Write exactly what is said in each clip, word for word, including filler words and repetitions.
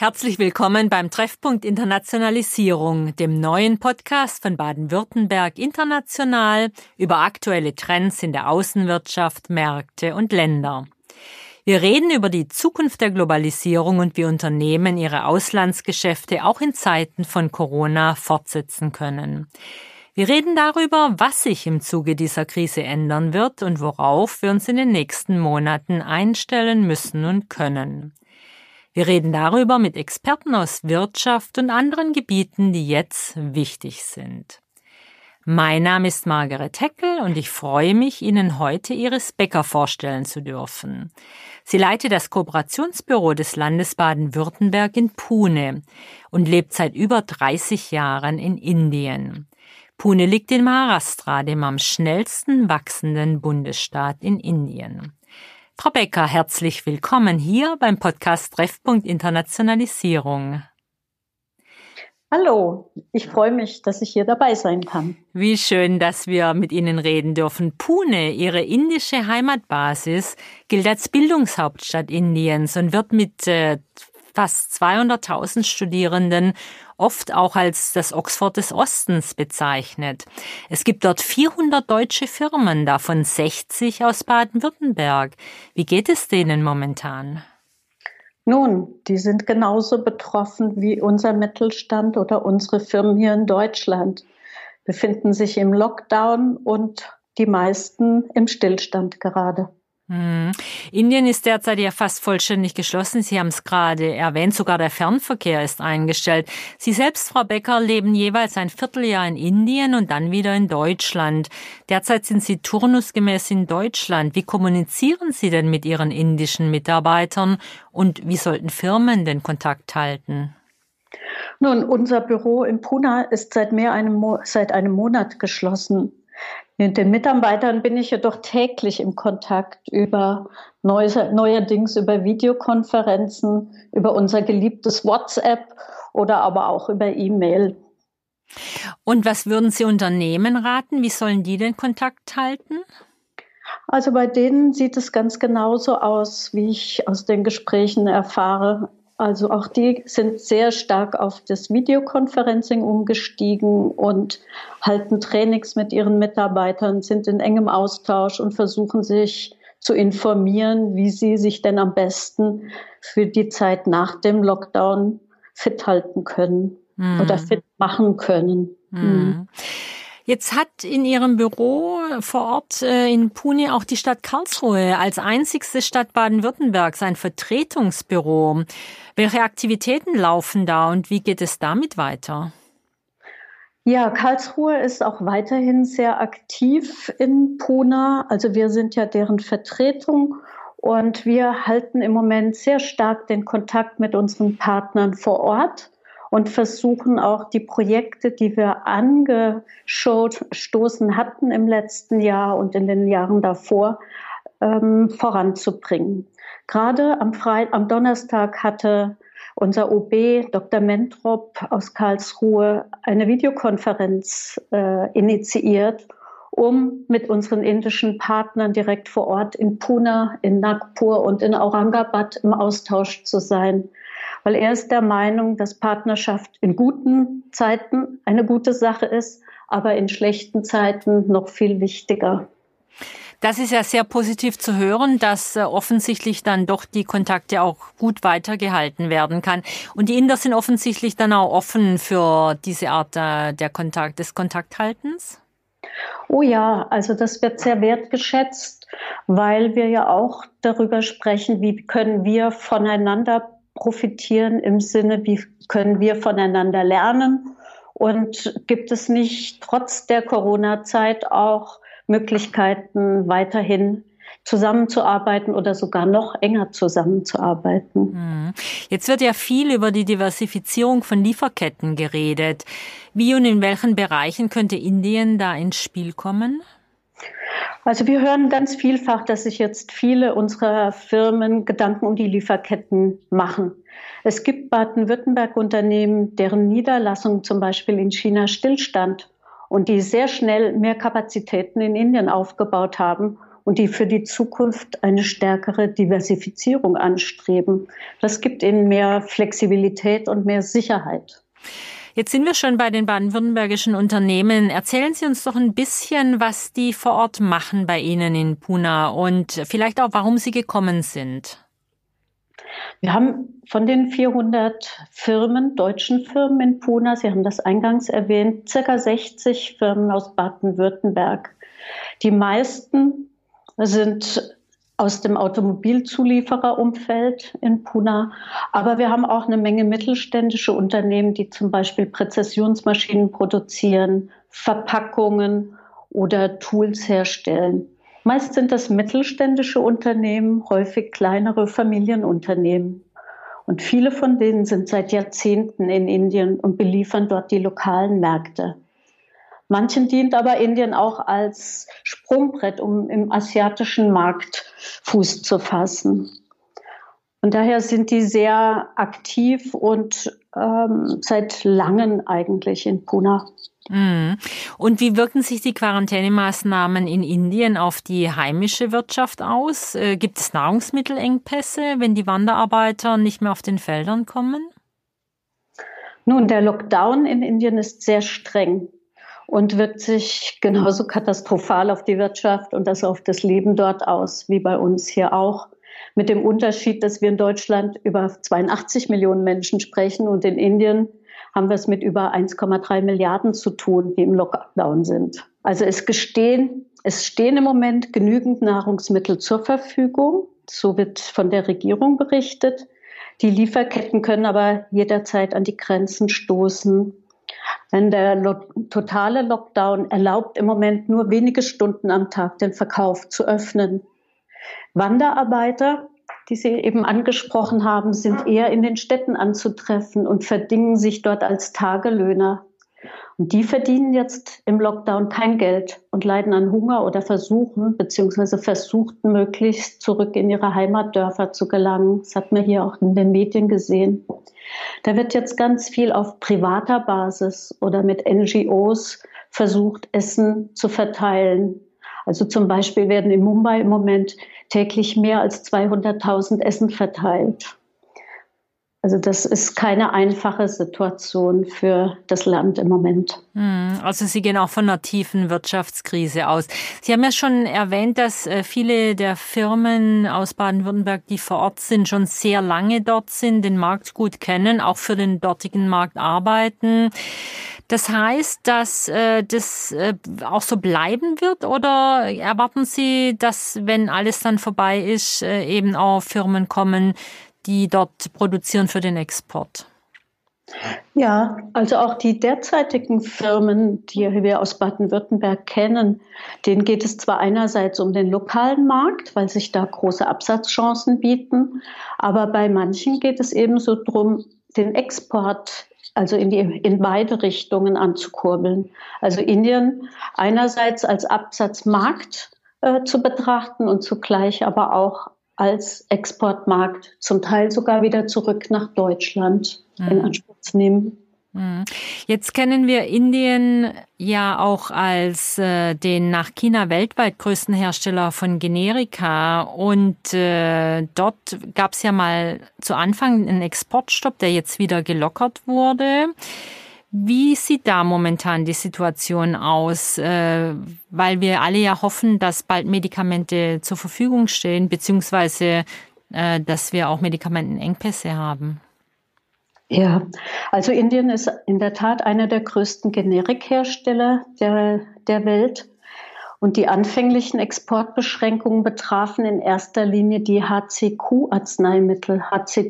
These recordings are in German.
Herzlich willkommen beim Treffpunkt Internationalisierung, dem neuen Podcast von Baden-Württemberg International über aktuelle Trends in der Außenwirtschaft, Märkte und Länder. Wir reden über die Zukunft der Globalisierung und wie Unternehmen ihre Auslandsgeschäfte auch in Zeiten von Corona fortsetzen können. Wir reden darüber, was sich im Zuge dieser Krise ändern wird und worauf wir uns in den nächsten Monaten einstellen müssen und können. Wir reden darüber mit Experten aus Wirtschaft und anderen Gebieten, die jetzt wichtig sind. Mein Name ist Margaret Heckel und ich freue mich, Ihnen heute Iris Becker vorstellen zu dürfen. Sie leitet das Kooperationsbüro des Landes Baden-Württemberg in Pune und lebt seit über dreißig Jahren in Indien. Pune liegt in Maharashtra, dem am schnellsten wachsenden Bundesstaat in Indien. Frau Becker, herzlich willkommen hier beim Podcast Treffpunkt Internationalisierung. Hallo, ich freue mich, dass ich hier dabei sein kann. Wie schön, dass wir mit Ihnen reden dürfen. Pune, Ihre indische Heimatbasis, gilt als Bildungshauptstadt Indiens und wird mit äh, fast zweihunderttausend Studierenden oft auch als das Oxford des Ostens bezeichnet. Es gibt dort vierhundert deutsche Firmen, davon sechzig aus Baden-Württemberg. Wie geht es denen momentan? Nun, die sind genauso betroffen wie unser Mittelstand oder unsere Firmen hier in Deutschland, befinden sich im Lockdown und die meisten im Stillstand gerade. Hm. Indien ist derzeit ja fast vollständig geschlossen. Sie haben es gerade erwähnt, sogar der Fernverkehr ist eingestellt. Sie selbst, Frau Becker, leben jeweils ein Vierteljahr in Indien und dann wieder in Deutschland. Derzeit sind Sie turnusgemäß in Deutschland. Wie kommunizieren Sie denn mit Ihren indischen Mitarbeitern und wie sollten Firmen den Kontakt halten? Nun, unser Büro in Pune ist seit mehr einem Mo- seit einem Monat geschlossen. Mit den Mitarbeitern bin ich jedoch täglich im Kontakt über neue, neuerdings über Videokonferenzen, über unser geliebtes WhatsApp oder aber auch über E-Mail. Und was würden Sie Unternehmen raten? Wie sollen die den Kontakt halten? Also bei denen sieht es ganz genauso aus, wie ich aus den Gesprächen erfahre. Also auch die sind sehr stark auf das Videoconferencing umgestiegen und halten Trainings mit ihren Mitarbeitern, sind in engem Austausch und versuchen sich zu informieren, wie sie sich denn am besten für die Zeit nach dem Lockdown fit halten können mm. oder fit machen können. Mm. Mm. Jetzt hat in Ihrem Büro vor Ort in Pune auch die Stadt Karlsruhe als einzigste Stadt Baden-Württembergs ein Vertretungsbüro. Welche Aktivitäten laufen da und wie geht es damit weiter? Ja, Karlsruhe ist auch weiterhin sehr aktiv in Pune. Also wir sind ja deren Vertretung und wir halten im Moment sehr stark den Kontakt mit unseren Partnern vor Ort und versuchen auch die Projekte, die wir angestoßen hatten im letzten Jahr und in den Jahren davor, ähm, voranzubringen. Gerade am, Fre- am Donnerstag hatte unser O B, Doktor Mentrop aus Karlsruhe, eine Videokonferenz äh, initiiert, um mit unseren indischen Partnern direkt vor Ort in Pune, in Nagpur und in Aurangabad im Austausch zu sein. Weil er ist der Meinung, dass Partnerschaft in guten Zeiten eine gute Sache ist, aber in schlechten Zeiten noch viel wichtiger. Das ist ja sehr positiv zu hören, dass äh, offensichtlich dann doch die Kontakte auch gut weitergehalten werden kann. Und die Inder sind offensichtlich dann auch offen für diese Art äh, der Kontakt, des Kontakthaltens? Oh ja, also das wird sehr wertgeschätzt, weil wir ja auch darüber sprechen, wie können wir voneinander profitieren im Sinne, wie können wir voneinander lernen und gibt es nicht trotz der Corona-Zeit auch Möglichkeiten, weiterhin zusammenzuarbeiten oder sogar noch enger zusammenzuarbeiten. Jetzt wird ja viel über die Diversifizierung von Lieferketten geredet. Wie und in welchen Bereichen könnte Indien da ins Spiel kommen? Also wir hören ganz vielfach, dass sich jetzt viele unserer Firmen Gedanken um die Lieferketten machen. Es gibt Baden-Württemberg-Unternehmen, deren Niederlassung zum Beispiel in China stillstand und die sehr schnell mehr Kapazitäten in Indien aufgebaut haben und die für die Zukunft eine stärkere Diversifizierung anstreben. Das gibt ihnen mehr Flexibilität und mehr Sicherheit. Jetzt sind wir schon bei den baden-württembergischen Unternehmen. Erzählen Sie uns doch ein bisschen, was die vor Ort machen bei Ihnen in Puna und vielleicht auch, warum Sie gekommen sind. Wir haben von den vierhundert Firmen, deutschen Firmen in Puna, Sie haben das eingangs erwähnt, circa sechzig Firmen aus Baden-Württemberg. Die meisten sind aus dem Automobilzuliefererumfeld in Puna. Aber wir haben auch eine Menge mittelständische Unternehmen, die zum Beispiel Präzisionsmaschinen produzieren, Verpackungen oder Tools herstellen. Meist sind das mittelständische Unternehmen, häufig kleinere Familienunternehmen. Und viele von denen sind seit Jahrzehnten in Indien und beliefern dort die lokalen Märkte. Manchen dient aber Indien auch als Sprungbrett, um im asiatischen Markt Fuß zu fassen. Und daher sind die sehr aktiv und ähm, seit langem eigentlich in Puna. Und wie wirken sich die Quarantänemaßnahmen in Indien auf die heimische Wirtschaft aus? Gibt es Nahrungsmittelengpässe, wenn die Wanderarbeiter nicht mehr auf den Feldern kommen? Nun, der Lockdown in Indien ist sehr streng und wirkt sich genauso katastrophal auf die Wirtschaft und das auf das Leben dort aus, wie bei uns hier auch. Mit dem Unterschied, dass wir in Deutschland über zweiundachtzig Millionen Menschen sprechen und in Indien haben wir es mit über eins Komma drei Milliarden zu tun, die im Lockdown sind. Also es gestehen, es stehen im Moment genügend Nahrungsmittel zur Verfügung. So wird von der Regierung berichtet. Die Lieferketten können aber jederzeit an die Grenzen stoßen. Denn der lo- totale Lockdown erlaubt im Moment nur wenige Stunden am Tag den Verkauf zu öffnen. Wanderarbeiter, die Sie eben angesprochen haben, sind eher in den Städten anzutreffen und verdingen sich dort als Tagelöhner. Und die verdienen jetzt im Lockdown kein Geld und leiden an Hunger oder versuchen, beziehungsweise versuchten möglichst zurück in ihre Heimatdörfer zu gelangen. Das hat man hier auch in den Medien gesehen. Da wird jetzt ganz viel auf privater Basis oder mit N G Os versucht, Essen zu verteilen. Also zum Beispiel werden in Mumbai im Moment täglich mehr als zweihunderttausend Essen verteilt. Also das ist keine einfache Situation für das Land im Moment. Also Sie gehen auch von einer tiefen Wirtschaftskrise aus. Sie haben ja schon erwähnt, dass viele der Firmen aus Baden-Württemberg, die vor Ort sind, schon sehr lange dort sind, den Markt gut kennen, auch für den dortigen Markt arbeiten. Das heißt, dass äh, das äh, auch so bleiben wird, oder erwarten Sie, dass, wenn alles dann vorbei ist, äh, eben auch Firmen kommen, die dort produzieren für den Export? Ja, also auch die derzeitigen Firmen, die wir aus Baden-Württemberg kennen, denen geht es zwar einerseits um den lokalen Markt, weil sich da große Absatzchancen bieten, aber bei manchen geht es ebenso darum, den Export also in, die, in beide Richtungen anzukurbeln. Also Indien einerseits als Absatzmarkt äh, zu betrachten und zugleich aber auch als Exportmarkt, zum Teil sogar wieder zurück nach Deutschland mhm. in Anspruch zu nehmen. Jetzt kennen wir Indien ja auch als äh, den nach China weltweit größten Hersteller von Generika. Und äh, dort gab es ja mal zu Anfang einen Exportstopp, der jetzt wieder gelockert wurde. Wie sieht da momentan die Situation aus? Äh, weil wir alle ja hoffen, dass bald Medikamente zur Verfügung stehen, beziehungsweise äh, dass wir auch Medikamentenengpässe haben. Ja, also Indien ist in der Tat einer der größten Generikhersteller der, der Welt. Und die anfänglichen Exportbeschränkungen betrafen in erster Linie die H C Q-Arzneimittel, H C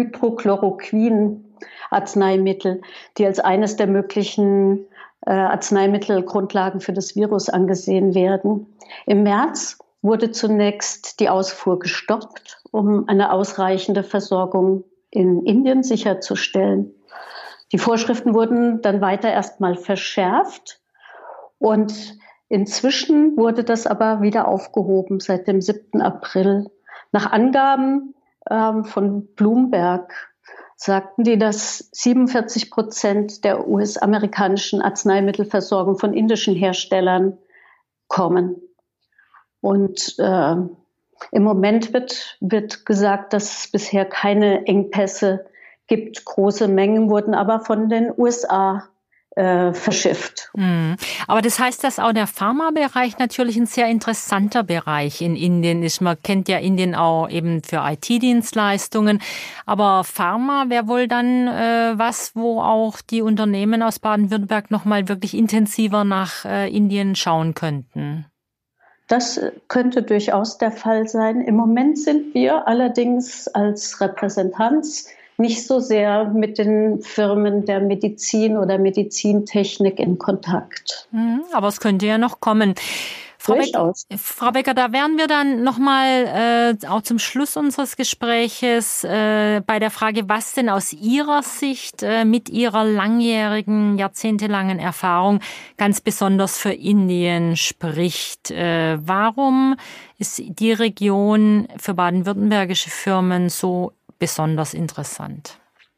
Q-Hydrochloroquin-Arzneimittel, die als eines der möglichen äh, Arzneimittelgrundlagen für das Virus angesehen werden. Im März wurde zunächst die Ausfuhr gestoppt, um eine ausreichende Versorgung in Indien sicherzustellen. Die Vorschriften wurden dann weiter erstmal verschärft und inzwischen wurde das aber wieder aufgehoben seit dem siebten April. Nach Angaben ähm, von Bloomberg sagten die, dass siebenundvierzig Prozent der U S-amerikanischen Arzneimittelversorgung von indischen Herstellern kommen. Und äh, im Moment wird, wird gesagt, dass es bisher keine Engpässe gibt. Große Mengen wurden aber von den U S A äh, verschifft. Hm. Aber das heißt, dass auch der Pharmabereich natürlich ein sehr interessanter Bereich in Indien ist. Man kennt ja Indien auch eben für I T-Dienstleistungen. Aber Pharma wäre wohl dann äh, was, wo auch die Unternehmen aus Baden-Württemberg nochmal wirklich intensiver nach äh, Indien schauen könnten. Das könnte durchaus der Fall sein. Im Moment sind wir allerdings als Repräsentanz nicht so sehr mit den Firmen der Medizin oder Medizintechnik in Kontakt. Aber es könnte ja noch kommen. Frau, Beck, Frau Becker, da wären wir dann nochmal äh, auch zum Schluss unseres Gespräches äh, bei der Frage, was denn aus Ihrer Sicht äh, mit Ihrer langjährigen, jahrzehntelangen Erfahrung ganz besonders für Indien spricht. Äh, warum ist die Region für baden-württembergische Firmen so besonders interessant?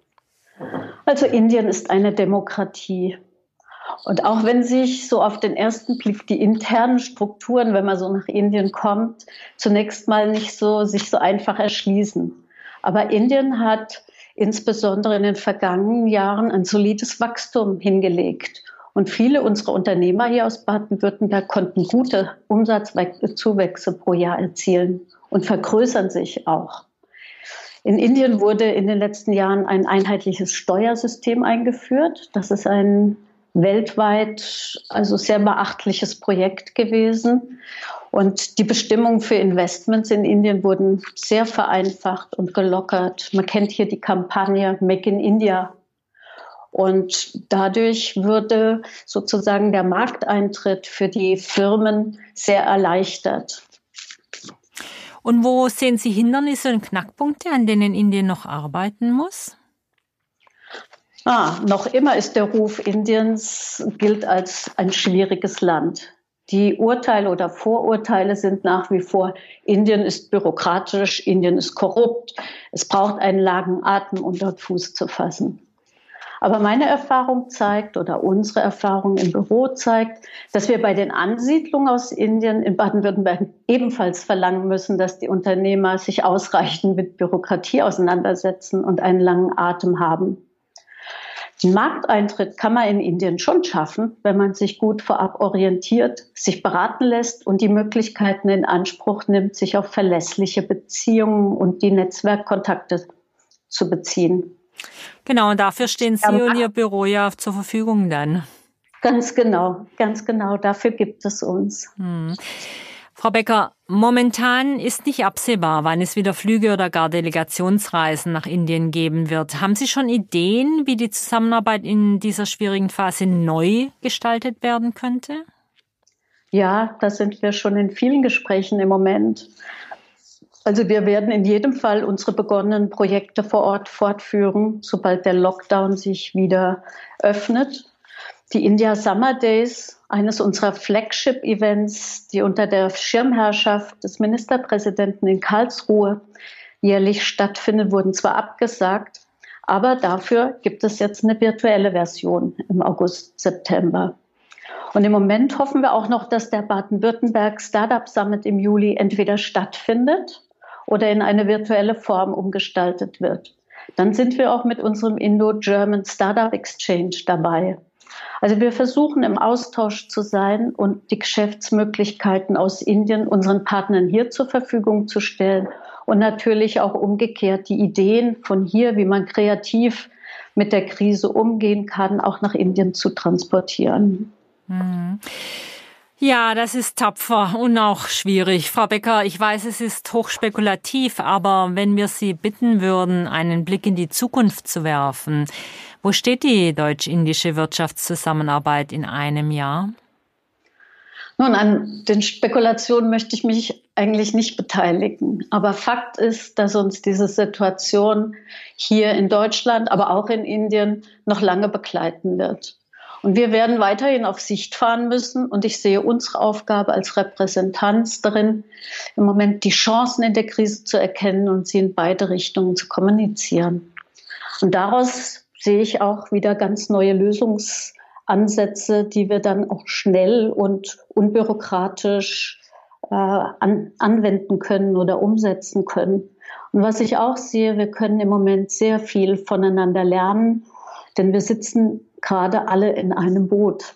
Also Indien ist eine Demokratie. Und auch wenn sich so auf den ersten Blick die internen Strukturen, wenn man so nach Indien kommt, zunächst mal nicht so, sich so einfach erschließen. Aber Indien hat insbesondere in den vergangenen Jahren ein solides Wachstum hingelegt. Und viele unserer Unternehmer hier aus Baden-Württemberg konnten gute Umsatzzuwächse pro Jahr erzielen und vergrößern sich auch. In Indien wurde in den letzten Jahren ein einheitliches Steuersystem eingeführt. Das ist ein weltweit also sehr beachtliches Projekt gewesen. Und die Bestimmungen für Investments in Indien wurden sehr vereinfacht und gelockert. Man kennt hier die Kampagne Make in India. Und dadurch würde sozusagen der Markteintritt für die Firmen sehr erleichtert. Und wo sehen Sie Hindernisse und Knackpunkte, an denen Indien noch arbeiten muss? Ah, noch immer ist der Ruf Indiens, gilt als ein schwieriges Land. Die Urteile oder Vorurteile sind nach wie vor, Indien ist bürokratisch, Indien ist korrupt, es braucht einen langen Atem, um dort Fuß zu fassen. Aber meine Erfahrung zeigt oder unsere Erfahrung im Büro zeigt, dass wir bei den Ansiedlungen aus Indien in Baden-Württemberg ebenfalls verlangen müssen, dass die Unternehmer sich ausreichend mit Bürokratie auseinandersetzen und einen langen Atem haben. Den Markteintritt kann man in Indien schon schaffen, wenn man sich gut vorab orientiert, sich beraten lässt und die Möglichkeiten in Anspruch nimmt, sich auf verlässliche Beziehungen und die Netzwerkkontakte zu beziehen. Genau, und dafür stehen Sie ja, und Ihr Büro ja zur Verfügung dann. Ganz genau, ganz genau, dafür gibt es uns. Hm. Frau Becker, momentan ist nicht absehbar, wann es wieder Flüge oder gar Delegationsreisen nach Indien geben wird. Haben Sie schon Ideen, wie die Zusammenarbeit in dieser schwierigen Phase neu gestaltet werden könnte? Ja, da sind wir schon in vielen Gesprächen im Moment. Also wir werden in jedem Fall unsere begonnenen Projekte vor Ort fortführen, sobald der Lockdown sich wieder öffnet. Die India Summer Days, eines unserer Flagship-Events, die unter der Schirmherrschaft des Ministerpräsidenten in Karlsruhe jährlich stattfindet, wurden zwar abgesagt, aber dafür gibt es jetzt eine virtuelle Version im August, September. Und im Moment hoffen wir auch noch, dass der Baden-Württemberg Startup Summit im Juli entweder stattfindet oder in eine virtuelle Form umgestaltet wird. Dann sind wir auch mit unserem Indo-German Startup Exchange dabei. Also wir versuchen im Austausch zu sein und die Geschäftsmöglichkeiten aus Indien unseren Partnern hier zur Verfügung zu stellen und natürlich auch umgekehrt die Ideen von hier, wie man kreativ mit der Krise umgehen kann, auch nach Indien zu transportieren. Mhm. Ja, das ist tapfer und auch schwierig. Frau Becker, ich weiß, es ist hochspekulativ, aber wenn wir Sie bitten würden, einen Blick in die Zukunft zu werfen, wo steht die deutsch-indische Wirtschaftszusammenarbeit in einem Jahr? Nun, an den Spekulationen möchte ich mich eigentlich nicht beteiligen. Aber Fakt ist, dass uns diese Situation hier in Deutschland, aber auch in Indien noch lange begleiten wird. Und wir werden weiterhin auf Sicht fahren müssen. Und ich sehe unsere Aufgabe als Repräsentanz darin, im Moment die Chancen in der Krise zu erkennen und sie in beide Richtungen zu kommunizieren. Und daraus sehe ich auch wieder ganz neue Lösungsansätze, die wir dann auch schnell und unbürokratisch äh, an, anwenden können oder umsetzen können. Und was ich auch sehe, wir können im Moment sehr viel voneinander lernen, denn wir sitzen gerade alle in einem Boot.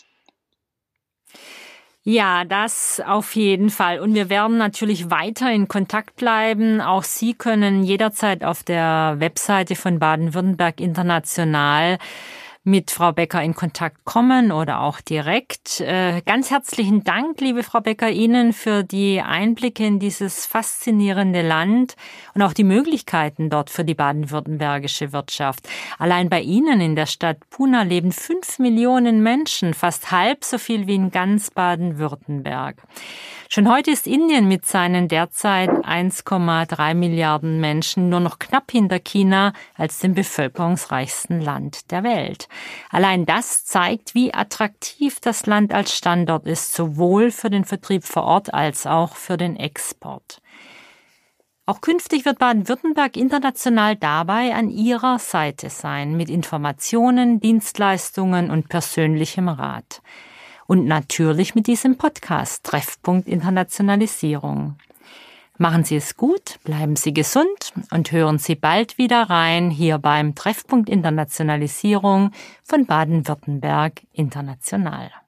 Ja, das auf jeden Fall. Und wir werden natürlich weiter in Kontakt bleiben. Auch Sie können jederzeit auf der Webseite von Baden-Württemberg International mit Frau Becker in Kontakt kommen oder auch direkt. Äh, ganz herzlichen Dank, liebe Frau Becker, Ihnen für die Einblicke in dieses faszinierende Land und auch die Möglichkeiten dort für die baden-württembergische Wirtschaft. Allein bei Ihnen in der Stadt Puna leben fünf Millionen Menschen, fast halb so viel wie in ganz Baden-Württemberg. Schon heute ist Indien mit seinen derzeit eins Komma drei Milliarden Menschen nur noch knapp hinter China als dem bevölkerungsreichsten Land der Welt. Allein das zeigt, wie attraktiv das Land als Standort ist, sowohl für den Vertrieb vor Ort als auch für den Export. Auch künftig wird Baden-Württemberg international dabei an Ihrer Seite sein, mit Informationen, Dienstleistungen und persönlichem Rat. Und natürlich mit diesem Podcast Treffpunkt Internationalisierung. Machen Sie es gut, bleiben Sie gesund und hören Sie bald wieder rein hier beim Treffpunkt Internationalisierung von Baden-Württemberg International.